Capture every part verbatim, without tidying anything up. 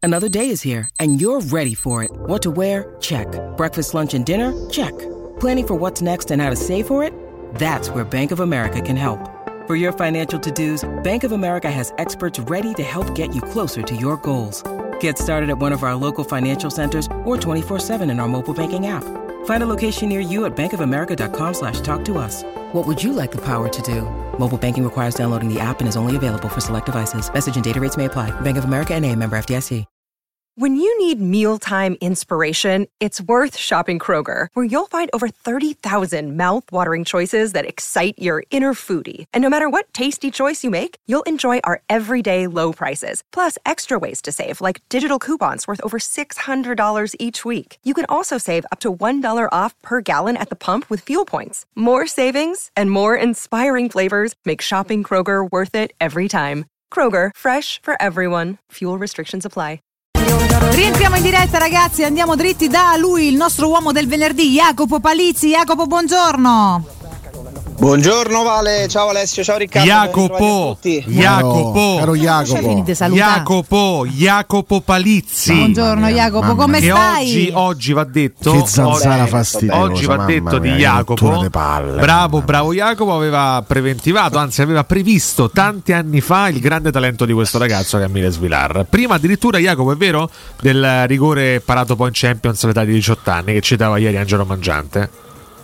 Another day is here, and you're ready for it. What to wear? Check. Breakfast, lunch, and dinner? Check. Planning for what's next and how to save for it? That's where Bank of America can help. For your financial to-dos, Bank of America has experts ready to help get you closer to your goals. Get started at one of our local financial centers or twenty-four seven in our mobile banking app. Find a location near you at bankofamerica.com slash talk to us. What would you like the power to do? Mobile banking requires downloading the app and is only available for select devices. Message and data rates may apply. Bank of America N A, member F D I C. When you need mealtime inspiration, it's worth shopping Kroger, where you'll find over thirty thousand mouth-watering choices that excite your inner foodie. And no matter what tasty choice you make, you'll enjoy our everyday low prices, plus extra ways to save, like digital coupons worth over six hundred dollars each week. You can also save up to one dollar off per gallon at the pump with fuel points. More savings and more inspiring flavors make shopping Kroger worth it every time. Kroger, fresh for everyone. Fuel restrictions apply. Rientriamo in diretta, ragazzi, andiamo dritti da lui, il nostro uomo del venerdì, Jacopo Palizzi. Jacopo, buongiorno. Buongiorno Vale, ciao Alessio, ciao Riccardo. Jacopo, Jacopo, caro Jacopo, Jacopo, Jacopo Palizzi. Buongiorno Jacopo, come che stai? Oggi, oggi va detto, che zanzara oggi, fastidiosa, oggi va detto mia, di Jacopo. Palle, bravo, bravo Jacopo, aveva preventivato, anzi aveva previsto tanti anni fa il grande talento di questo ragazzo che è Miles Vilar. Prima addirittura, Jacopo, è vero, del rigore parato poi in Champions all'età di diciotto anni che citava ieri Angelo Mangiante.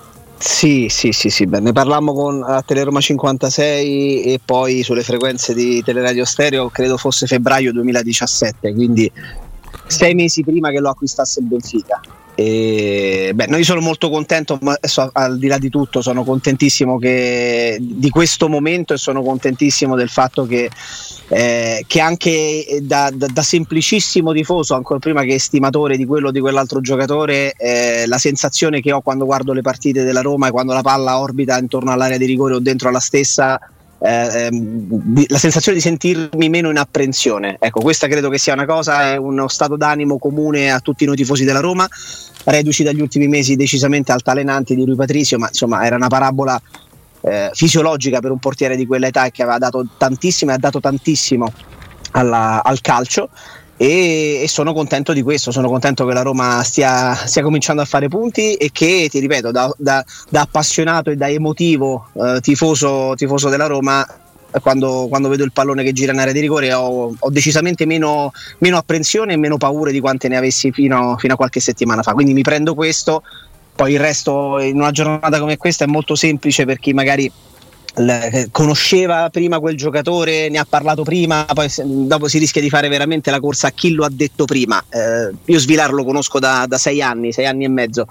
Sì, sì, sì, sì, beh, ne parlammo con a Teleroma cinquantasei e poi sulle frequenze di Teleradio Stereo, credo fosse febbraio duemiladiciassette, quindi sei mesi prima che lo acquistasse il Benfica. E, beh, noi sono molto contento, ma adesso, al di là di tutto sono contentissimo che, di questo momento, e sono contentissimo del fatto che, eh, che anche da, da, da semplicissimo tifoso, ancora prima che estimatore di quello o di quell'altro giocatore, eh, la sensazione che ho quando guardo le partite della Roma e quando la palla orbita intorno all'area di rigore o dentro alla stessa, Eh, ehm, la sensazione di sentirmi meno in apprensione, ecco, questa credo che sia una cosa, è uno stato d'animo comune a tutti noi tifosi della Roma, reduci dagli ultimi mesi decisamente altalenanti di Rui Patricio, ma insomma era una parabola eh, fisiologica per un portiere di quell'età che aveva dato tantissimo e ha dato tantissimo alla, al calcio. E, e sono contento di questo, sono contento che la Roma stia, stia cominciando a fare punti e che, ti ripeto, da, da, da appassionato e da emotivo eh, tifoso, tifoso della Roma, quando, quando vedo il pallone che gira in area di rigore ho, ho decisamente meno, meno apprensione e meno paure di quante ne avessi fino, fino a qualche settimana fa, quindi mi prendo questo. Poi il resto in una giornata come questa è molto semplice per chi magari conosceva prima quel giocatore, ne ha parlato prima, poi dopo si rischia di fare veramente la corsa a chi lo ha detto prima. Eh, io Svilar lo conosco da, da sei anni, sei anni e mezzo,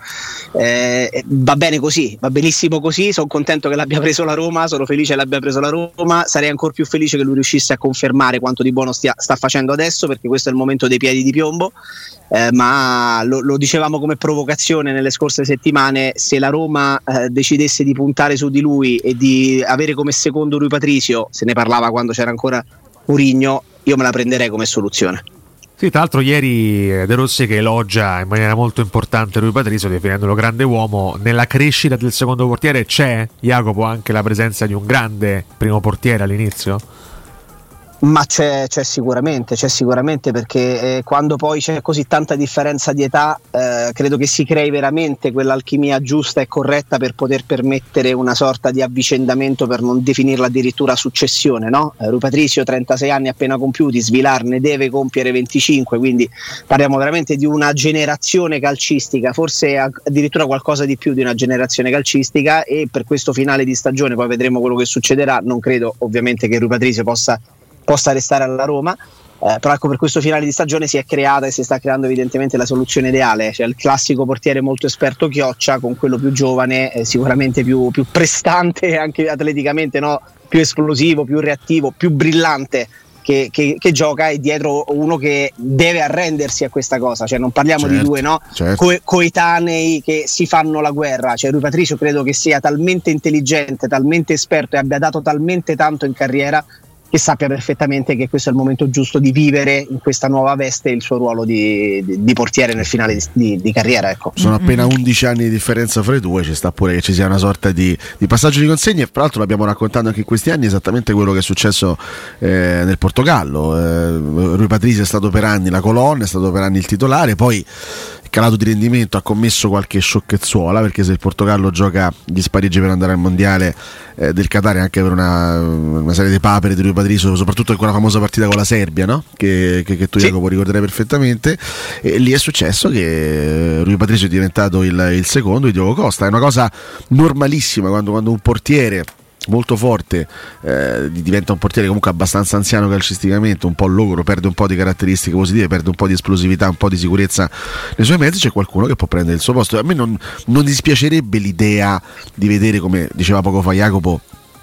eh, va bene così, va benissimo così, sono contento che l'abbia preso la Roma, sono felice che l'abbia preso la Roma, sarei ancora più felice che lui riuscisse a confermare quanto di buono stia, sta facendo adesso, perché questo è il momento dei piedi di piombo. Eh, ma lo, lo dicevamo come provocazione nelle scorse settimane, se la Roma eh, decidesse di puntare su di lui e di avere come secondo Rui Patricio, se ne parlava quando c'era ancora Mourinho, io me la prenderei come soluzione. Sì, tra l'altro ieri De Rossi che elogia in maniera molto importante Rui Patricio, definendolo grande uomo. Nella crescita del secondo portiere c'è, Jacopo, anche la presenza di un grande primo portiere all'inizio? Ma c'è, c'è sicuramente, c'è sicuramente perché eh, quando poi c'è così tanta differenza di età, eh, credo che si crei veramente quell'alchimia giusta e corretta per poter permettere una sorta di avvicendamento, per non definirla addirittura successione, no? Eh, Rui Patricio trentasei anni appena compiuti, Svilar ne deve compiere venticinque, quindi parliamo veramente di una generazione calcistica, forse addirittura qualcosa di più di una generazione calcistica, e per questo finale di stagione, poi vedremo quello che succederà, non credo ovviamente che Rui Patricio possa possa restare alla Roma, eh, però ecco, per questo finale di stagione si è creata e si sta creando evidentemente la soluzione ideale, cioè il classico portiere molto esperto Chioccia con quello più giovane, eh, sicuramente più, più prestante anche atleticamente, no? Più esplosivo, più reattivo, più brillante che, che, che gioca, e dietro uno che deve arrendersi a questa cosa, cioè non parliamo certo, di due no? certo. Co- coetanei che si fanno la guerra, cioè Rui Patricio credo che sia talmente intelligente, talmente esperto e abbia dato talmente tanto in carriera che sappia perfettamente che questo è il momento giusto di vivere in questa nuova veste il suo ruolo di, di, di portiere nel finale di, di, di carriera. Ecco. Sono appena undici anni di differenza fra i due, ci sta pure che ci sia una sorta di, di passaggio di consegne. Tra l'altro l'abbiamo raccontato anche in questi anni, esattamente quello che è successo eh, nel Portogallo. eh, Rui Patricio è stato per anni la colonna, è stato per anni il titolare, poi calato di rendimento, ha commesso qualche sciocchezzuola, perché se il Portogallo gioca gli spareggi per andare al mondiale eh, del Qatar e anche per una, una serie di papere di Rui Patricio, soprattutto in quella famosa partita con la Serbia, no? che, che, che tu, sì, Jacopo, ricorderai perfettamente, e lì è successo che Rui Patricio è diventato il, il secondo di Diogo Costa. È una cosa normalissima quando, quando un portiere molto forte eh, diventa un portiere comunque abbastanza anziano calcisticamente, un po' logoro, perde un po' di caratteristiche positive, perde un po' di esplosività, un po' di sicurezza nei suoi mezzi. C'è qualcuno che può prendere il suo posto. A me non, non dispiacerebbe l'idea di vedere, come diceva poco fa Jacopo,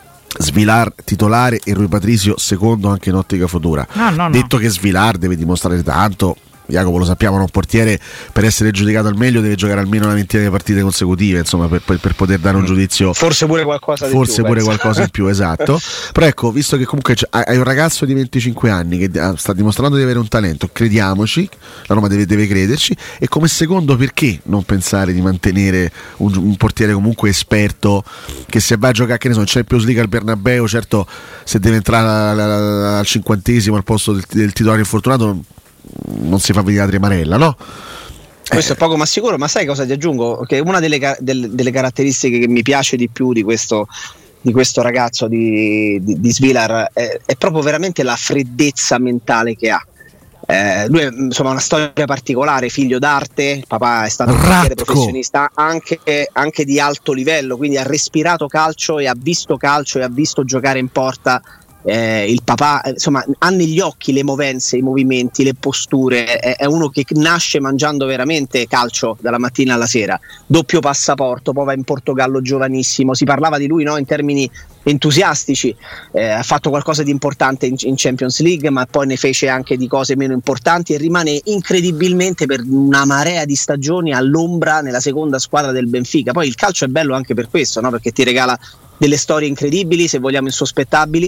Svilar titolare e Rui Patricio secondo anche in ottica futura. No, no, no. Detto che Svilar deve dimostrare tanto, Jacopo, lo sappiamo, un portiere per essere giudicato al meglio deve giocare almeno una ventina di partite consecutive, insomma, per, per, per poter dare un giudizio, forse pure qualcosa di forse più, pure penso. qualcosa in più, esatto. Però ecco, visto che comunque hai un ragazzo di venticinque anni che sta dimostrando di avere un talento, crediamoci, la Roma deve, deve crederci, e come secondo perché non pensare di mantenere un, un portiere comunque esperto che se va a giocare, che ne so, in Champions League al Bernabeu, certo se deve entrare al cinquantesimo al posto del, del titolare infortunato non si fa vedere la tremarella, no? Questo è poco ma sicuro, ma sai cosa ti aggiungo? Che una delle, delle, delle caratteristiche che mi piace di più di questo, di questo ragazzo di, di, di Svilar è, è proprio veramente la freddezza mentale che ha. Eh, lui è insomma una storia particolare, figlio d'arte, il papà è stato un portiere professionista anche, anche di alto livello, quindi ha respirato calcio e ha visto calcio e ha visto giocare in porta. Eh, il papà insomma ha negli occhi le movenze, i movimenti, le posture, è, è uno che nasce mangiando veramente calcio dalla mattina alla sera, doppio passaporto, poi va in Portogallo giovanissimo, si parlava di lui, no, in termini entusiastici, eh, ha fatto qualcosa di importante in, in Champions League, ma poi ne fece anche di cose meno importanti e rimane incredibilmente per una marea di stagioni all'ombra nella seconda squadra del Benfica. Poi il calcio è bello anche per questo, no? Perché ti regala delle storie incredibili, se vogliamo insospettabili,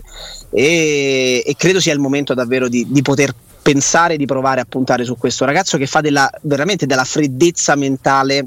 e, e credo sia il momento davvero di, di poter pensare, di provare a puntare su questo ragazzo che fa della, veramente della freddezza mentale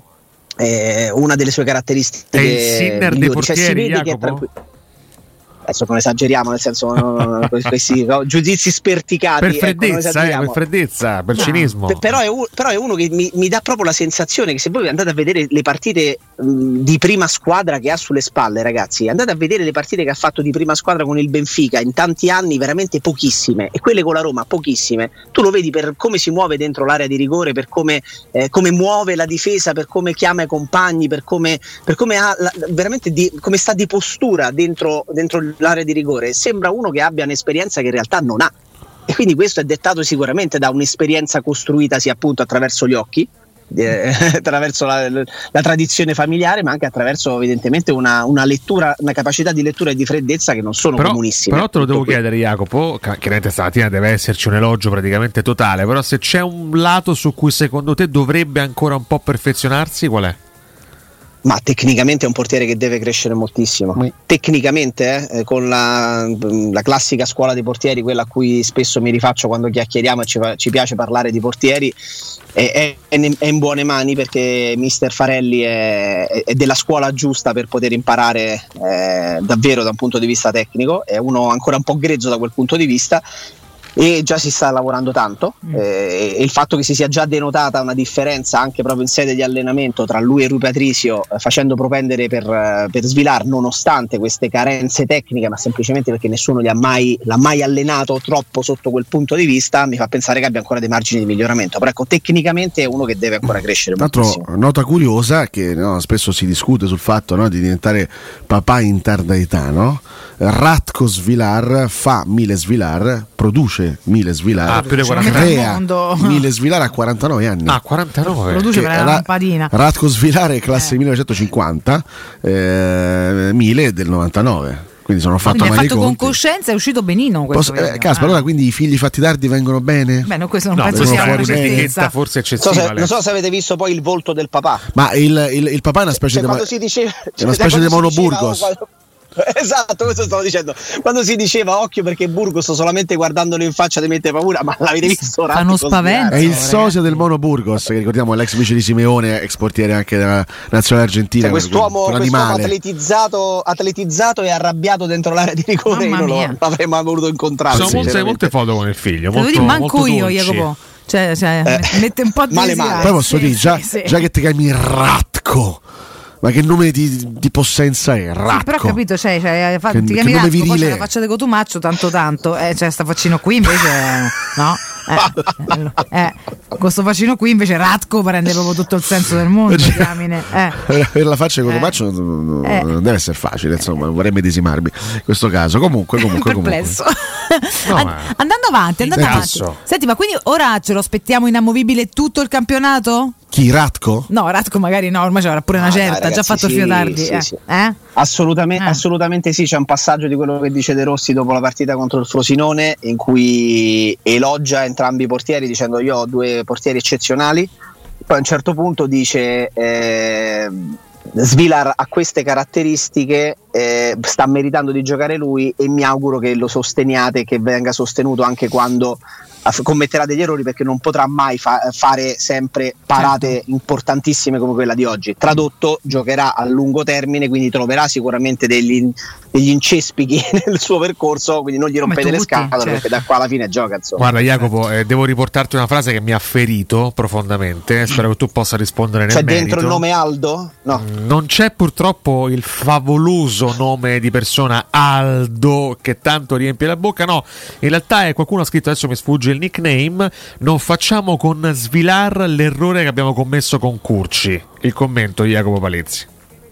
eh, una delle sue caratteristiche. È il Sinner dei portieri, cioè, Jacopo? Adesso non esageriamo, nel senso no, no, questi no, giudizi sperticati per freddezza, ecco, eh, per freddezza, per no. cinismo. P- però, è un, però è uno che mi, mi dà proprio la sensazione che se voi andate a vedere le partite mh, di prima squadra che ha sulle spalle, ragazzi, andate a vedere le partite che ha fatto di prima squadra con il Benfica in tanti anni, veramente pochissime, e quelle con la Roma pochissime. Tu lo vedi per come si muove dentro l'area di rigore, per come, eh, come muove la difesa, per come chiama i compagni, per come, per come ha la, veramente di, come sta di postura dentro, dentro l'area di rigore. Sembra uno che abbia un'esperienza che in realtà non ha, e quindi questo è dettato sicuramente da un'esperienza costruitasi appunto attraverso gli occhi, eh, attraverso la, la tradizione familiare, ma anche attraverso evidentemente una, una lettura, una capacità di lettura e di freddezza che non sono però, comunissime. Però te lo devo qui. chiedere, Jacopo, chiaramente stamattina deve esserci un elogio praticamente totale, però se c'è un lato su cui secondo te dovrebbe ancora un po' perfezionarsi, qual è? Ma tecnicamente è un portiere che deve crescere moltissimo. Oui. Tecnicamente, eh, con la, la classica scuola dei portieri, quella a cui spesso mi rifaccio quando chiacchieriamo e ci, ci piace parlare di portieri, è, è, è in buone mani, perché mister Farelli è, è della scuola giusta per poter imparare eh, davvero da un punto di vista tecnico. È uno ancora un po' grezzo da quel punto di vista, e già si sta lavorando tanto, mm. eh, e il fatto che si sia già denotata una differenza anche proprio in sede di allenamento tra lui e Rui Patricio, eh, facendo propendere per, uh, per Svilar, nonostante queste carenze tecniche, ma semplicemente perché nessuno li ha mai, l'ha mai allenato troppo sotto quel punto di vista, mi fa pensare che abbia ancora dei margini di miglioramento. Però ecco, tecnicamente è uno che deve ancora crescere moltissimo. Tra l'altro, nota curiosa che no, spesso si discute sul fatto, no, di diventare papà in tarda età, no? Ratko Svilar fa Miles Svilar, produce Miles Svilar, ah, più di crea Miles Svilar a quarantanove anni. Ah, quarantanove. Produce per la lampadina. Ratko Svilar è classe eh. millenovecentocinquanta, eh, Mile è del novantanove. Quindi sono fatto quindi male ha fatto conti. con coscienza, è uscito benino questo. Posso, eh, Caspar, allora quindi i figli fatti tardi vengono bene? Beh, no, questo non no, penso sia una certezza forse eccessiva. Non so, se, non so se avete visto poi il volto del papà. Ma il, il, il papà è una specie cioè, di quando si dice, è una specie di Monoburgos. Diceva, oh, esatto, questo stavo dicendo. Quando si diceva occhio perché Burgos solamente guardandolo in faccia ti mette paura, ma l'avete visto? Fa uno spavento. È il socio del Mono Burgos, che ricordiamo è l'ex vice di Simeone, ex portiere anche della nazionale argentina. Cioè, quest'uomo, quest'uomo atletizzato, atletizzato e arrabbiato dentro l'area di rigore, io non lo avrei mai voluto incontrare. Sono molte, molte foto con il figlio. Molto, dire, manco molto io, dolci. Jacopo. Cioè, cioè Eh, mette un po' di male, male. Poi posso sì, dire, già, sì, sì. già che ti chiami Ratko, ma che nome di, di possenza è? Ratko. Sì, però ho capito, cioè, cioè, fa, Che- ti che chiami nome Ratko, poi virile c'è è? la faccia di Cotumaccio tanto tanto, eh, cioè sta faccino qui invece no? Eh, eh, questo faccino qui invece Ratko prende proprio tutto il senso del mondo, diamine. Eh. Per la faccia di Eh. Cotumaccio non Eh. non deve essere facile, insomma, vorrei medesimarmi in questo caso. Comunque, comunque, comunque. Perplesso. No, An- ma- andando avanti, andando Cazzo. avanti. Senti, ma quindi ora ce lo aspettiamo inamovibile tutto il campionato? Chi, Ratko? No, Ratko magari no, ormai c'era pure una No, dai, certa, ha già ragazzi, fatto sì, fino tardi. sì, eh. sì. Eh? Assolutamente, Eh. assolutamente sì, c'è un passaggio di quello che dice De Rossi dopo la partita contro il Frosinone in cui elogia entrambi i portieri dicendo io ho due portieri eccezionali, poi a un certo punto dice eh, Svilar ha queste caratteristiche, eh, sta meritando di giocare lui e mi auguro che lo sosteniate, che venga sostenuto anche quando aff- commetterà degli errori, perché non potrà mai fa- fare sempre parate Certo. importantissime come quella di oggi. Tradotto, giocherà a lungo termine, quindi troverà sicuramente degli, degli incespichi nel suo percorso, quindi non gli Come rompete le tutti, scatole, certo. perché da qua alla fine gioca, insomma. Guarda Jacopo, eh, devo riportarti una frase che mi ha ferito profondamente, spero che tu possa rispondere nel C'è merito. dentro il nome Aldo? No. Non c'è purtroppo il favoloso nome di persona Aldo che tanto riempie la bocca, no, in realtà è qualcuno ha scritto, adesso mi sfugge il nickname, non facciamo con Svilar l'errore che abbiamo commesso con Curci. Il commento di Jacopo Palizzi.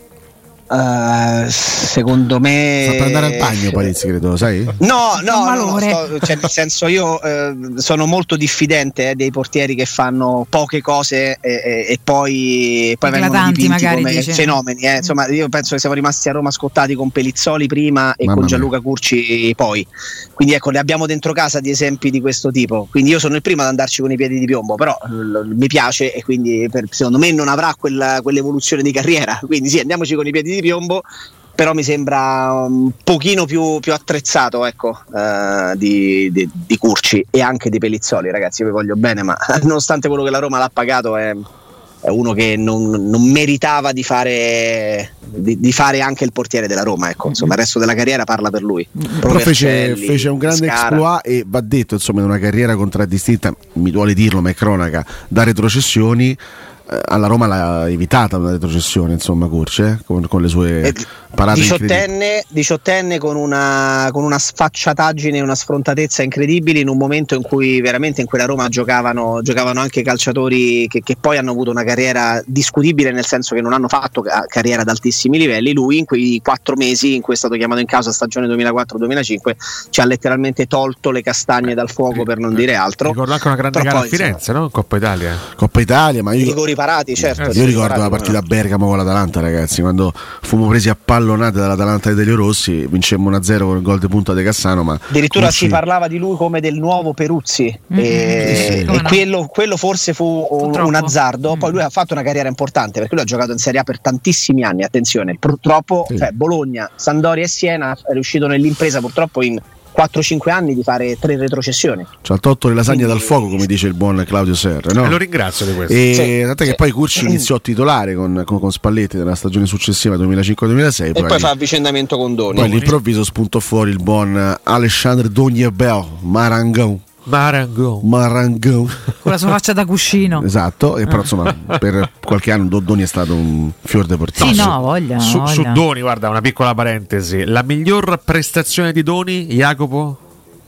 Uh, secondo me Sta per andare al bagno, Palizzi, credo, sai? No, no, no, no, malore. sto- cioè, nel senso io eh, sono molto diffidente eh, dei portieri che fanno poche cose e, e- e poi, poi vengono Eclatanti, dipinti magari, come dice. fenomeni. eh. Insomma, io penso che siamo rimasti a Roma scottati con Pelizzoli prima e Mamma con mia. Gianluca Curci poi. Quindi ecco, ne abbiamo dentro casa di esempi di questo tipo. Quindi io sono il primo ad andarci con i piedi di piombo, però l- mi piace e quindi per- secondo me non avrà quella- quell'evoluzione di carriera. Quindi sì, andiamoci con i piedi di piombo. Però mi sembra un pochino più, più attrezzato, ecco, eh, di, di, di Curci e anche di Pelizzoli, ragazzi, io vi voglio bene, ma nonostante quello che la Roma l'ha pagato è, è uno che non, non meritava di fare, di, di fare anche il portiere della Roma, ecco, insomma il resto della carriera parla per lui. Però fece, Vercelli, fece un grande Pescara. exploit e va detto, insomma, in una carriera contraddistinta, mi duole dirlo, ma è cronaca, da retrocessioni. eh, Alla Roma l'ha evitata una retrocessione, insomma, Curci, eh, con, con le sue Eh, parate incredibili. diciottenne, diciottenne con una, con una sfacciataggine e una sfrontatezza incredibili in un momento in cui veramente in quella Roma giocavano, giocavano anche calciatori che, che poi hanno avuto una carriera discutibile, nel senso che non hanno fatto ca- carriera ad altissimi livelli. Lui in quei quattro mesi in cui è stato chiamato in causa stagione duemilaquattro duemilacinque ci ha letteralmente tolto le castagne dal fuoco, per non dire altro. Ricordo anche una grande Però gara a poi, insomma, Firenze, no? In Coppa Italia. Coppa Italia, ma io, rigori parati, certo. Eh, io rigori ricordo la parati, partita a Bergamo con l'Atalanta, ragazzi, quando fummo presi a pallonate dall'Atalanta di Delio Rossi, vincemmo uno a zero con il gol di punta De Cassano, ma addirittura Curci- si parlava di lui come del nuovo Peruzzi, Mm, e, sì, sì, e come no. quello, quello forse fu un, Purtroppo. un azzardo. Poi Mm. lui ha fatto una carriera importante perché lui ha giocato in Serie A per tantissimi anni, attenzione, purtroppo Sì. cioè, Bologna, Sampdoria e Siena è riuscito nell'impresa purtroppo in quattro cinque anni di fare tre retrocessioni. ci ha tolto le lasagne Quindi- dal fuoco, come dice il buon Claudio Serra, no? E lo ringrazio di questo. E Sì, tant'è sì. che poi Curci iniziò a titolare con, con, con Spalletti nella stagione successiva duemilacinque duemilasei, E poi fa avvicendamento con Doni. poi all'improvviso spuntò fuori il buon Alexandre Doniebel Marangon Marangon. Marangon Con la sua faccia da cuscino. esatto, e però insomma per qualche anno Do- Doni è stato un fior de portiere. Sì, su- no, voglia, Su, su voglia. Doni, guarda, una piccola parentesi. La miglior prestazione di Doni, Jacopo?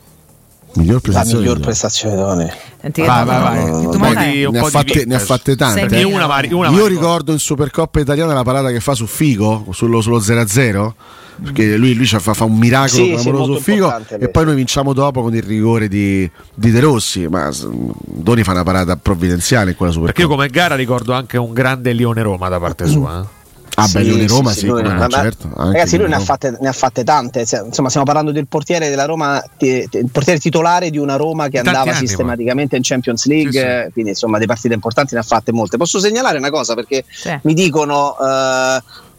Miglior La prestazione miglior di- prestazione di Doni. Senti, Vai, che- vai, vai. che Un po' domanda è? di- un ne, po' ha di fatte, ne ha vintage. fatte tante. Sei Una, una, una Io Marco. ricordo in Supercoppa italiana la parata che fa su Figo sullo, sullo zero a zero, perché lui, lui ci fa, fa un miracolo Sì, sì, clamoroso molto su Figo, importante, e questo. poi noi vinciamo dopo con il rigore di, di De Rossi, ma s- Doni fa una parata provvidenziale in quella Perché io Supercoppa. come gara ricordo anche un grande Lione Roma da parte sua. eh. Ah, beh, Lione Roma sì, lui- come no, ma- certo, anche ragazzi, lui Lione ne ha, Roma. fatte, ne ha fatte tante. Se- Insomma, stiamo parlando del portiere della Roma, ti- ti- il portiere titolare di una Roma che Tanti andava anni, sistematicamente in Champions League. Sì, sì. eh, Quindi, insomma, di partite importanti ne ha fatte molte. Posso segnalare una cosa perché Sì. mi dicono. eh,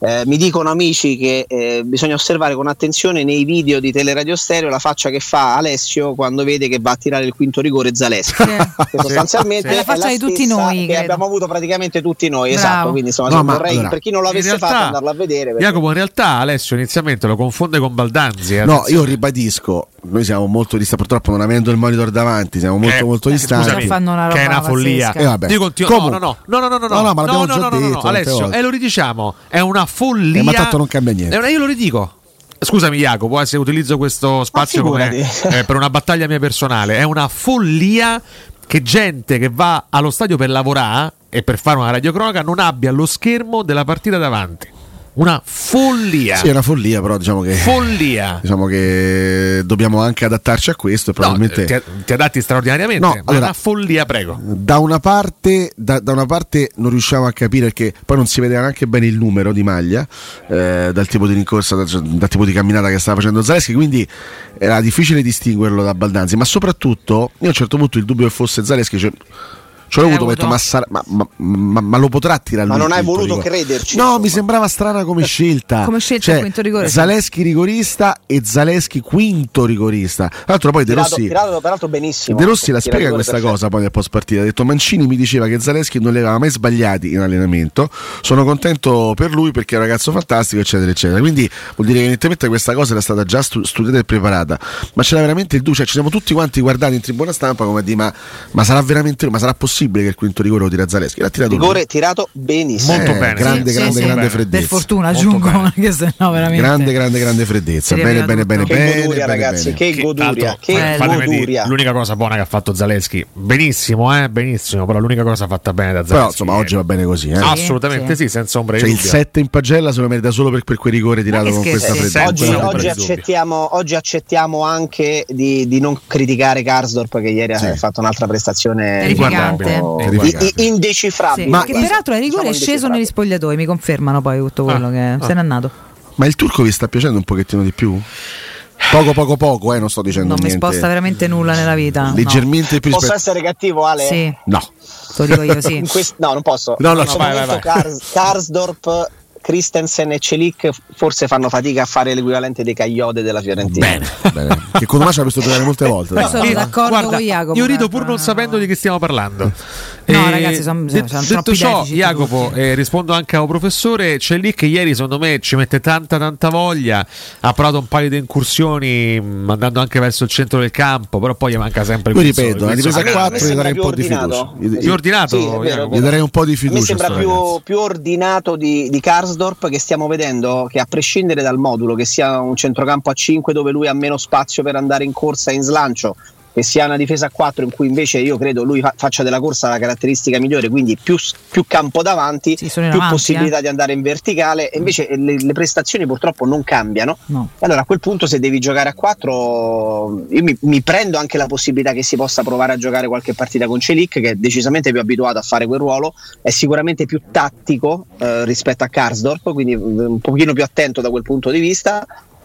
Eh, mi dicono amici che eh, bisogna osservare con attenzione nei video di Teleradio Stereo la faccia che fa Alessio quando vede che va a tirare il quinto rigore Zaleschi, che sostanzialmente sì. È la faccia è la di tutti noi, che credo. abbiamo avuto praticamente tutti noi. Bravo. Esatto, quindi insomma No, ma vorrei, allora, per chi non l'avesse realtà, fatto, andarlo a vedere perché... Jacopo, in realtà Alessio inizialmente lo confonde con Baldanzi. eh, No, attenzione. io ribadisco, noi siamo molto distanti, purtroppo non avendo il monitor davanti, siamo molto Eh, molto eh, distanti. scusami, Fanno una roba che è una follia. pazzesca. Eh, vabbè. Io continuo- Comunque. no, no, no, no, no, no, No, no, ma l'abbiamo no, già no, no, detto no, tante Alessio, volte. e lo ridiciamo, è una follia. Eh, ma tanto non cambia niente. È una- io lo ridico. Scusami Jacopo, eh, se utilizzo questo spazio come, figurati. eh, per una battaglia mia personale, è una follia che gente che va allo stadio per lavorare e per fare una radiocronaca non abbia lo schermo della partita davanti. Una follia. Sì, è una follia, però diciamo che Follia. diciamo che dobbiamo anche adattarci a questo e No, probabilmente ti, ti adatti straordinariamente, No, ma allora- è una follia, prego. da una parte da, da una parte non riusciamo a capire perché poi non si vedeva neanche bene il numero di maglia eh, dal tipo di rincorsa, dal, dal tipo di camminata che stava facendo Zaleschi, quindi era difficile distinguerlo da Baldanzi, ma soprattutto io a un certo punto il dubbio che fosse Zaleschi, cioè, ce l'ho L'hai avuto, ho detto, avuto? ma, sarà- ma, ma, ma, ma lo potrà tirare Ma lui non il hai quinto voluto rigore? crederci, No, insomma. mi sembrava strana come scelta. Come scelta Cioè, il quinto rigore, sì. Zaleschi rigorista e Zaleschi quinto rigorista. Tra l'altro poi De tirato, Rossi tirato peraltro benissimo. De Rossi la Tirato spiega rigore questa perfetto. cosa poi nel post partita. Ha detto Mancini mi diceva che Zaleschi non li aveva mai sbagliati in allenamento. Sono contento per lui perché è un ragazzo fantastico, eccetera, eccetera. Quindi vuol dire che evidentemente questa cosa era stata già stu- studiata e preparata. Ma c'era veramente il dubbio, cioè ci siamo tutti quanti guardati in tribuna stampa come a dire ma, ma sarà veramente ma sarà possibile che il quinto rigore lo tira Zaleschi? L'ha tirato lui. Rigore tirato benissimo. Molto Eh, bene. grande, Sì, grande, sì, grande sì. freddezza. Per fortuna Molto aggiungo, bene. che se no veramente Grande, grande, grande freddezza. Si Bene, rivela bene, bene, tutto. Che bene, goduria, bene, ragazzi, bene. che Che, goduria, tanto, che eh, fatemi dire, goduria. l'unica cosa buona che ha fatto Zaleschi, benissimo, eh, benissimo, però l'unica cosa fatta bene da Zaleschi. Però insomma oggi va bene così. Eh. Ah, Assolutamente sì, sì. senza ombra di Cioè il dubbio. sette in pagella se lo merita solo per, per quel rigore tirato che con scherzi. questa Sì, freddezza. Oggi, senza oggi ombra di dubbio. accettiamo, oggi accettiamo anche di, di non criticare Karsdorp che ieri Sì. ha fatto un'altra prestazione Terrificante. un po' Terrificante. i- i- indecifrabile. Sì, Ma- che peraltro ai rigori Diciamo è sceso indecifrabile. negli spogliatoi, mi confermano poi tutto quello Ah, che ah. se n'è andato. Ma il turco vi sta piacendo un pochettino di più? Poco poco poco, eh, non sto dicendo Non mi niente. sposta veramente nulla nella vita. no. Leggermente più Posso rispetto. essere cattivo, Ale? Sì, No. te lo dico io, sì. In quest- no, non posso. No, no, in no, questo vai, vai, momento vai. Kars- Karsdorp, Christensen e Celic forse fanno fatica a fare l'equivalente dei Cagliode della Fiorentina. Bene, bene. Che con me ci ha visto giocare molte volte. Io dai. sono Io- d'accordo guarda, con Jacopo. Io rido guarda. pur non sapendo di che stiamo parlando. No, ragazzi, son- de- sono detto troppi ciò, deficit Jacopo, tutti. eh, rispondo anche al professore. C'è lì che ieri, secondo me, ci mette tanta, tanta voglia. Ha provato un paio di incursioni, mh, andando anche verso il centro del campo. Però poi gli manca sempre il Io guizzo- ripeto, il la guizzo difesa a grande. quattro gli sembra darei un più po' di ordinato. fiducia. Più ordinato, Sì, è vero, Jacopo? è Gli darei un po' di A me fiducia. sembra sto più, ragazzo. più ordinato di, di Karsdorp, che stiamo vedendo che a prescindere dal modulo, che sia un centrocampo a cinque dove lui ha meno spazio per andare in corsa e in slancio, che sia una difesa a quattro in cui invece io credo lui fa- faccia della corsa la caratteristica migliore, quindi più, più campo davanti, Sì, sono in più avanti, possibilità eh. di andare in verticale, e invece le, le prestazioni purtroppo non cambiano. No. E allora a quel punto, se devi giocare a quattro, io mi, mi prendo anche la possibilità che si possa provare a giocare qualche partita con Celic, che è decisamente più abituato a fare quel ruolo, è sicuramente più tattico eh, rispetto a Karsdorp, quindi un pochino più attento da quel punto di vista.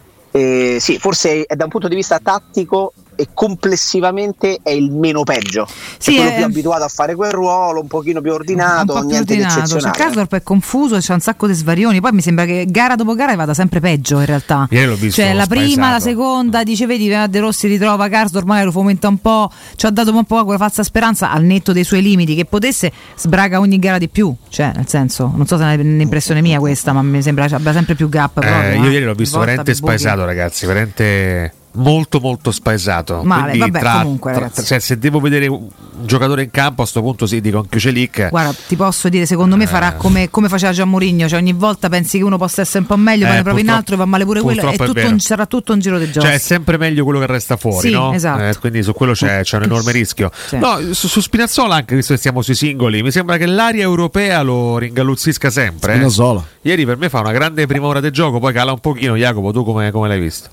E sì, forse è da un punto di vista tattico e complessivamente è il meno peggio. Sì, È quello è- più abituato a fare quel ruolo, un pochino più ordinato, un po' più niente ordinato. di Cioè, eccezionale. Karsdorp è confuso, c'è un sacco di svarioni. Poi mi sembra che gara dopo gara vada sempre peggio in realtà. Ieri l'ho visto Cioè, la prima, spaesato. la seconda, dice, vedi, De Rossi ritrova Karsdorp, magari lo fomenta un po', ci ha dato un po' quella falsa speranza, al netto dei suoi limiti, che potesse sbraga ogni gara di più. Cioè, nel senso, non so se è un'impressione mia questa, ma mi sembra che abbia sempre più gap. Eh, proprio, io eh. ieri l'ho visto Volta veramente più buchi. spaesato, ragazzi, veramente molto molto spaesato. Male, Quindi vabbè, tra- comunque, tra- ragazzi. cioè, se devo vedere un un giocatore in campo, a sto punto sì, dico anche Celic. Guarda, ti posso dire, secondo me Eh. farà come, come faceva già Mourinho, cioè ogni volta pensi che uno possa essere un po' meglio, Eh, poi ne provi in purtroppo- altro e va male pure quello, e purtroppo è tutto vero. un- sarà tutto un giro di gioco. Cioè è sempre meglio quello che resta fuori, Sì, no? esatto. Eh, quindi su quello c'è, c'è un enorme rischio. Sì. No, su, su Spinazzola, anche visto che siamo sui singoli, mi sembra che l'aria europea lo ringalluzzisca sempre. eh. Spinazzola. Ieri per me fa una grande prima ora del gioco, poi cala un pochino. Jacopo, tu come, come l'hai visto?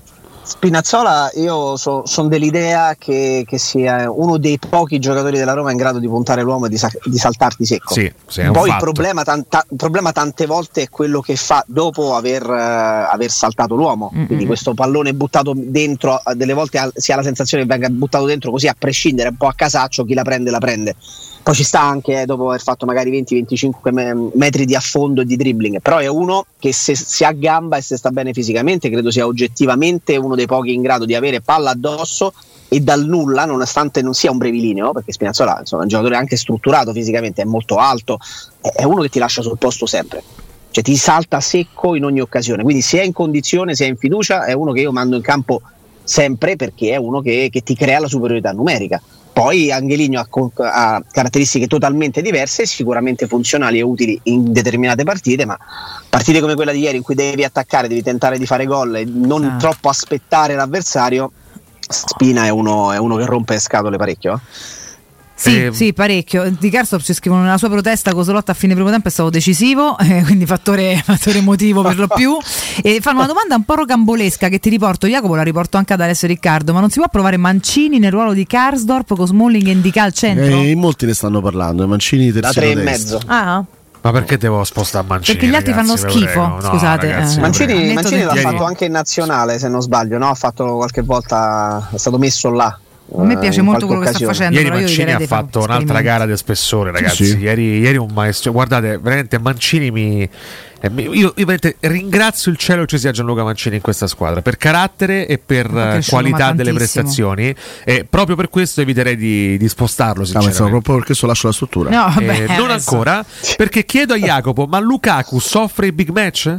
Spinazzola, io so, sono dell'idea che, che sia uno dei pochi giocatori della Roma in grado di puntare l'uomo e di, sa- di saltarti secco. Sì, sì, è un Poi il fatto. problema, tanta, il problema tante volte è quello che fa dopo aver, uh, aver saltato l'uomo. Mm-hmm. Quindi questo pallone buttato dentro, delle volte ha, si ha la sensazione che venga buttato dentro così a prescindere, un po' a casaccio, chi la prende la prende. Poi ci sta anche eh, dopo aver fatto magari venti venticinque me- metri di affondo e di dribbling, però è uno che se si aggamba e se sta bene fisicamente credo sia oggettivamente uno dei pochi in grado di avere palla addosso e dal nulla, nonostante non sia un brevilineo, perché Spinazzola insomma, è un giocatore anche strutturato fisicamente, è molto alto, è uno che ti lascia sul posto sempre, cioè ti salta secco in ogni occasione, quindi se è in condizione, se è in fiducia, è uno che io mando in campo sempre perché è uno che, che ti crea la superiorità numerica. Poi Angelino ha, ha caratteristiche totalmente diverse, sicuramente funzionali e utili in determinate partite, ma partite come quella di ieri in cui devi attaccare, devi tentare di fare gol e non ah. troppo aspettare l'avversario, Spina è uno, è uno che rompe le scatole parecchio. Eh? Sì, eh, sì, parecchio. Di Karsdorp ci scrivono nella sua protesta Cosolotta a fine primo tempo è stato decisivo, eh, quindi fattore, fattore emotivo per lo più. E fanno una domanda un po' rocambolesca che ti riporto, Jacopo, la riporto anche ad Alessio Riccardo, ma non si può provare Mancini nel ruolo di Karsdorp con Smalling e Indica al centro? Eh, in molti ne stanno parlando, Mancini terzino da tre e destro. mezzo. Ah. Ma perché devo spostare Mancini? Perché gli altri ragazzi, fanno schifo, no, scusate. ragazzi, eh. Mancini, Mancini l'ha ieri... fatto anche in nazionale, se non sbaglio, no? Ha fatto qualche volta, è stato messo là. A me piace molto quello occasione. che sta facendo. Ieri però Mancini io ha fatto un'altra gara di spessore, ragazzi. Sì. Ieri, ieri un maestro. Guardate, veramente Mancini mi. Eh, io, io veramente ringrazio il cielo che ci sia Gianluca Mancini in questa squadra per carattere e per qualità delle prestazioni. E proprio per questo eviterei di, di spostarlo. Sinceramente. No, proprio perché so lascio la struttura. No, vabbè, eh, non ancora, perché chiedo a Jacopo: ma Lukaku soffre i big match?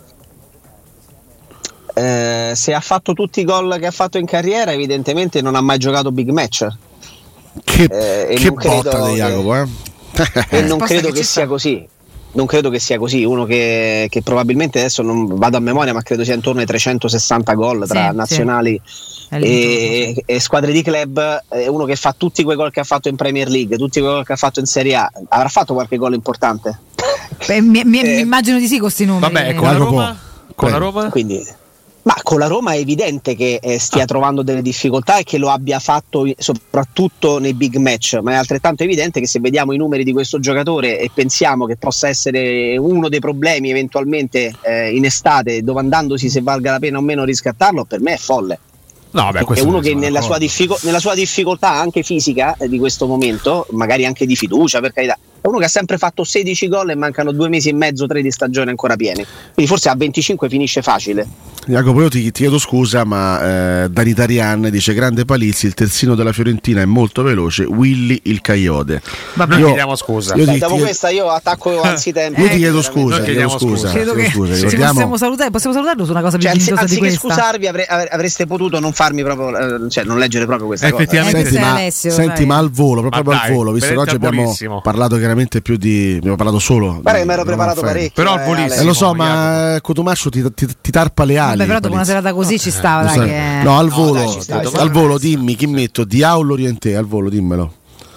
Eh, se ha fatto tutti i gol che ha fatto in carriera, evidentemente non ha mai giocato big match. Che, eh, che botta di Jacopo, eh? E non credo che, che sia così. Non credo che sia così. Uno che, che probabilmente adesso non vado a memoria, ma credo sia intorno ai trecentosessanta gol tra sì, nazionali sì. e, e squadre di club. È uno che fa tutti quei gol che ha fatto in Premier League, tutti quei gol che ha fatto in Serie A. Avrà fatto qualche gol importante? Beh, mi, mi, eh, immagino di sì con questi numeri. Vabbè, con la Roma, con la Roma? Quindi. Ma con la Roma è evidente che eh, stia ah. trovando delle difficoltà e che lo abbia fatto soprattutto nei big match, ma è altrettanto evidente che se vediamo i numeri di questo giocatore e pensiamo che possa essere uno dei problemi eventualmente eh, in estate, domandandosi se valga la pena o meno riscattarlo, per me è folle. No, beh, è uno che nella sua, diffico- nella sua difficoltà anche fisica eh, di questo momento, magari anche di fiducia, per carità, è uno che ha sempre fatto sedici gol e mancano due mesi e mezzo, tre di stagione ancora pieni, quindi forse a venticinque finisce facile. Jacopo, io ti, ti chiedo scusa, ma eh, Dani Tarian dice: grande Palizzi, il terzino della Fiorentina è molto veloce, Willy il Coyote. Vabbè, io chiediamo scusa. Io ti, dopo ti, questa io attacco anzitempo. Io ti chiedo scusa, ti chiedo scusa. Credo che scusa, sì, possiamo, salutare, possiamo salutarlo su una cosa più cioè, anzi, anziché di questa. scusarvi avre, avreste potuto non farmi proprio, cioè non leggere proprio questa effettivamente cosa. Senti, ma, Alessio, senti ma al volo, proprio ma al dai, volo, visto che oggi abbiamo volissimo. parlato chiaramente più di abbiamo parlato solo. Guarda che mi ero preparato parecchio. Però al volissimo. Eh, lo so, ma Cotumaccio ti, ti, ti tarpa le ali. Vabbè, però dopo una serata così ci stava, dai, che... No, al volo, no, dai, sta, al volo dimmi chi metto, Diao o Lorientè, al volo dimmelo.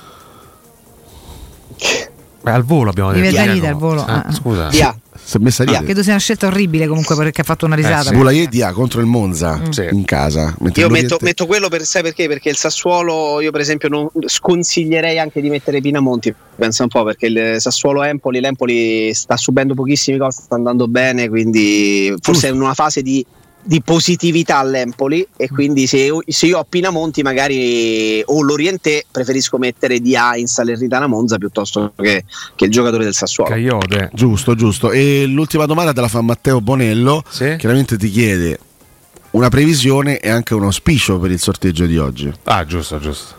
Beh, al volo abbiamo detto. Ride al volo. Ah, ah. Scusa. Dia. Si è messa a ridere. Credo sia una scelta orribile comunque perché ha fatto una risata. Eh, sì. Boulaye Dia contro il Monza mm. in casa. Io metto, metto quello per sai perché? Perché il Sassuolo, io per esempio non sconsiglierei anche di mettere Pinamonti. Pensa un po', perché il Sassuolo Empoli, l'Empoli sta subendo pochissimi gol, sta andando bene, quindi forse è in una fase di di positività all'Empoli e quindi se, se io ho Pinamonti magari o Lorientè preferisco mettere Dia in Salernitana Monza piuttosto che, che il giocatore del Sassuolo. Coyote. Giusto, giusto. E l'ultima domanda te la fa Matteo Bonello, sì? Chiaramente ti chiede una previsione e anche un auspicio per il sorteggio di oggi. Ah, giusto, giusto.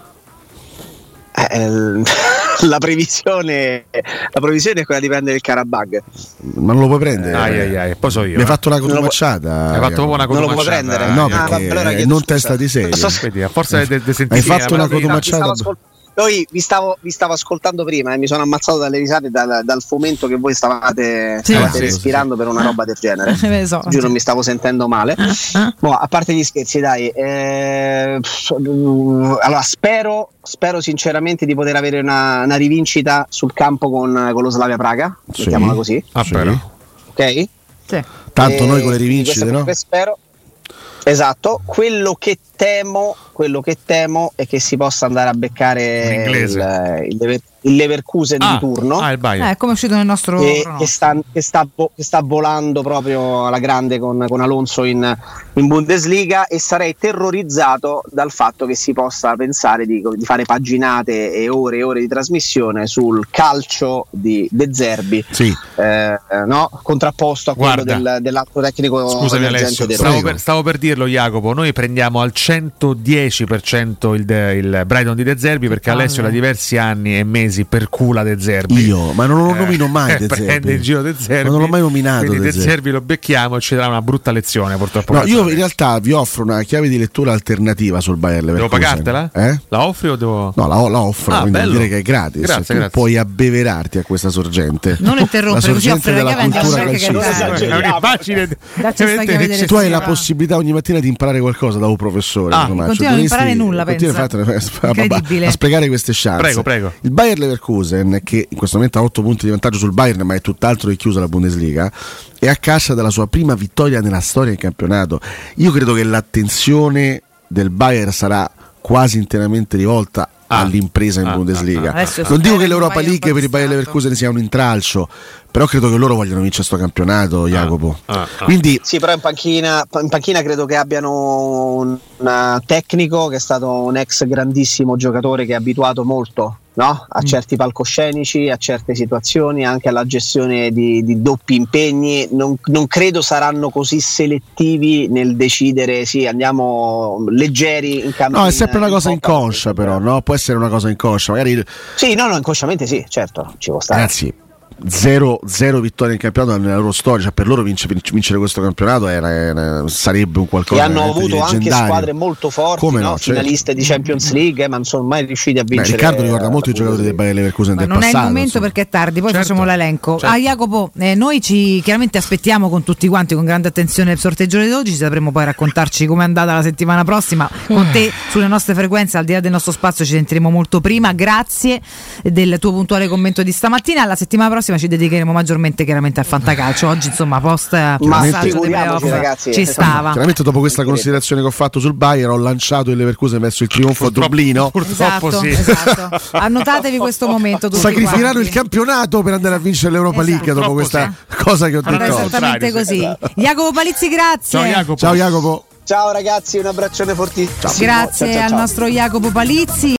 Eh, la previsione la previsione è quella di prendere il Karabag, ma non lo puoi prendere. Ai, ai, ai. Poi so io. Mi hai eh. fatto una cotumacciata. Hai fatto proprio una cotumacciata. Non lo puoi prendere. No, ah, perché vabbè, allora non scusa. testa di serie. Vedi, a forza di de- sentire. Hai fatto una cotumacciata. Poi vi stavo, vi stavo ascoltando prima e mi sono ammazzato dalle risate dal, dal fomento che voi stavate, sì, stavate sì, respirando sì. per una roba del genere. so. Giuro, non mi stavo sentendo male. Boh, a parte gli scherzi, dai. Eh, allora, spero, spero sinceramente di poter avere una, una rivincita sul campo con, con lo Slavia Praga. Sì. Mettiamola così. Ah, sì. però. Ok? Sì. Tanto e noi con le rivincite, no? Spero. Esatto, quello che temo, quello che temo è che si possa andare a beccare il, il, Lever, il Leverkusen ah, di turno. Ah, il Bayern. Eh, come è uscito nel nostro che, che, sta, che, sta, che sta volando proprio alla grande con, con Alonso in, in Bundesliga, e sarei terrorizzato dal fatto che si possa pensare di, di fare paginate e ore e ore di trasmissione sul calcio di De Zerbi, sì. eh, no? contrapposto a quello Guarda, del, dell'altro tecnico. Scusami Alessio, stavo per, stavo per dirlo Jacopo, noi prendiamo al centodieci per cento il, de, il Brighton di De Zerbi, perché Alessio da diversi anni e mesi percula De Zerbi. Io, ma non lo nomino mai De Zerbi. Prende in giro De Zerbi. Ma non l'ho mai nominato. Quindi De Zerbi. Zerbi lo becchiamo e ci darà una brutta lezione purtroppo. No, io in realtà vi offro una chiave di lettura alternativa sul Bayer Leverkusen. Devo pagartela? Eh? La offri o devo... No, la, la offro, ah, quindi bello. vuol dire che è gratis. Grazie, tu grazie. puoi abbeverarti a questa sorgente. Non interrompere, la così sorgente offre la della chiave, cultura andiamo calcistica. È un'immagine. Tu hai la possibilità ogni mattina di imparare qualcosa da un professore. Ah, continua a non imparare nulla, pensa. Incredibile. A spiegare queste chance. Prego, prego. Il Bayer Leverkusen, che in questo momento ha otto punti di vantaggio sul Bayern, ma è tutt'altro che chiusa la Bundesliga, è a caccia della sua prima vittoria nella storia del campionato. Io credo che l'attenzione del Bayern sarà quasi interamente rivolta ah, all'impresa in ah, Bundesliga. Ah, ah. Non dico che l'Europa League per il Bayer Leverkusen sia un intralcio, però credo che loro vogliano vincere sto campionato, Jacopo. Ah, ah, ah. Quindi sì, però in panchina, in panchina credo che abbiano un, un tecnico che è stato un ex grandissimo giocatore che è abituato molto, no? a certi palcoscenici, a certe situazioni, anche alla gestione di, di doppi impegni. Non, non credo saranno così selettivi nel decidere sì, andiamo leggeri in campo. No, è sempre una cosa inconscia, però, no? Può essere una cosa inconscia, magari. Sì, no, no, inconsciamente sì, certo, ci può stare. Ragazzi, Zero, zero vittorie in campionato nella loro storia, cioè per loro vincere, vincere questo campionato era, era, sarebbe un qualcosa. E hanno avuto anche squadre molto forti, come no, no? certo. finaliste di Champions League, eh, ma non sono mai riusciti a vincere. Beh, Riccardo ricorda molto i giocatori del Bayer Leverkusen del non passato. Non è il momento, insomma. Perché è tardi, poi certo. facciamo l'elenco. Certo. Ah, Jacopo, eh, noi ci chiaramente aspettiamo con tutti quanti con grande attenzione il sorteggio di oggi, sapremo poi raccontarci com'è andata la settimana prossima con te sulle nostre frequenze, al di là del nostro spazio ci sentiremo molto prima. Grazie del tuo puntuale commento di stamattina. La settimana prossima ci dedicheremo maggiormente chiaramente al fantacalcio. Oggi insomma post passaggio dei playoff ragazzi, ci stava. Chiaramente dopo questa considerazione che ho fatto sul Bayern ho lanciato il Leverkusen verso il trionfo a Dublino. Purtroppo esatto, sì. esatto. Annotatevi questo momento tutti sacrificheranno quanti. il campionato per andare a vincere l'Europa Esatto. League dopo questa sì. cosa che ho allora, detto. esattamente così. Jacopo Palizzi, grazie. Ciao Jacopo. Ciao Jacopo. Ciao ragazzi, un abbraccione fortissimo. Grazie ciao, ciao, al ciao. nostro Jacopo Palizzi.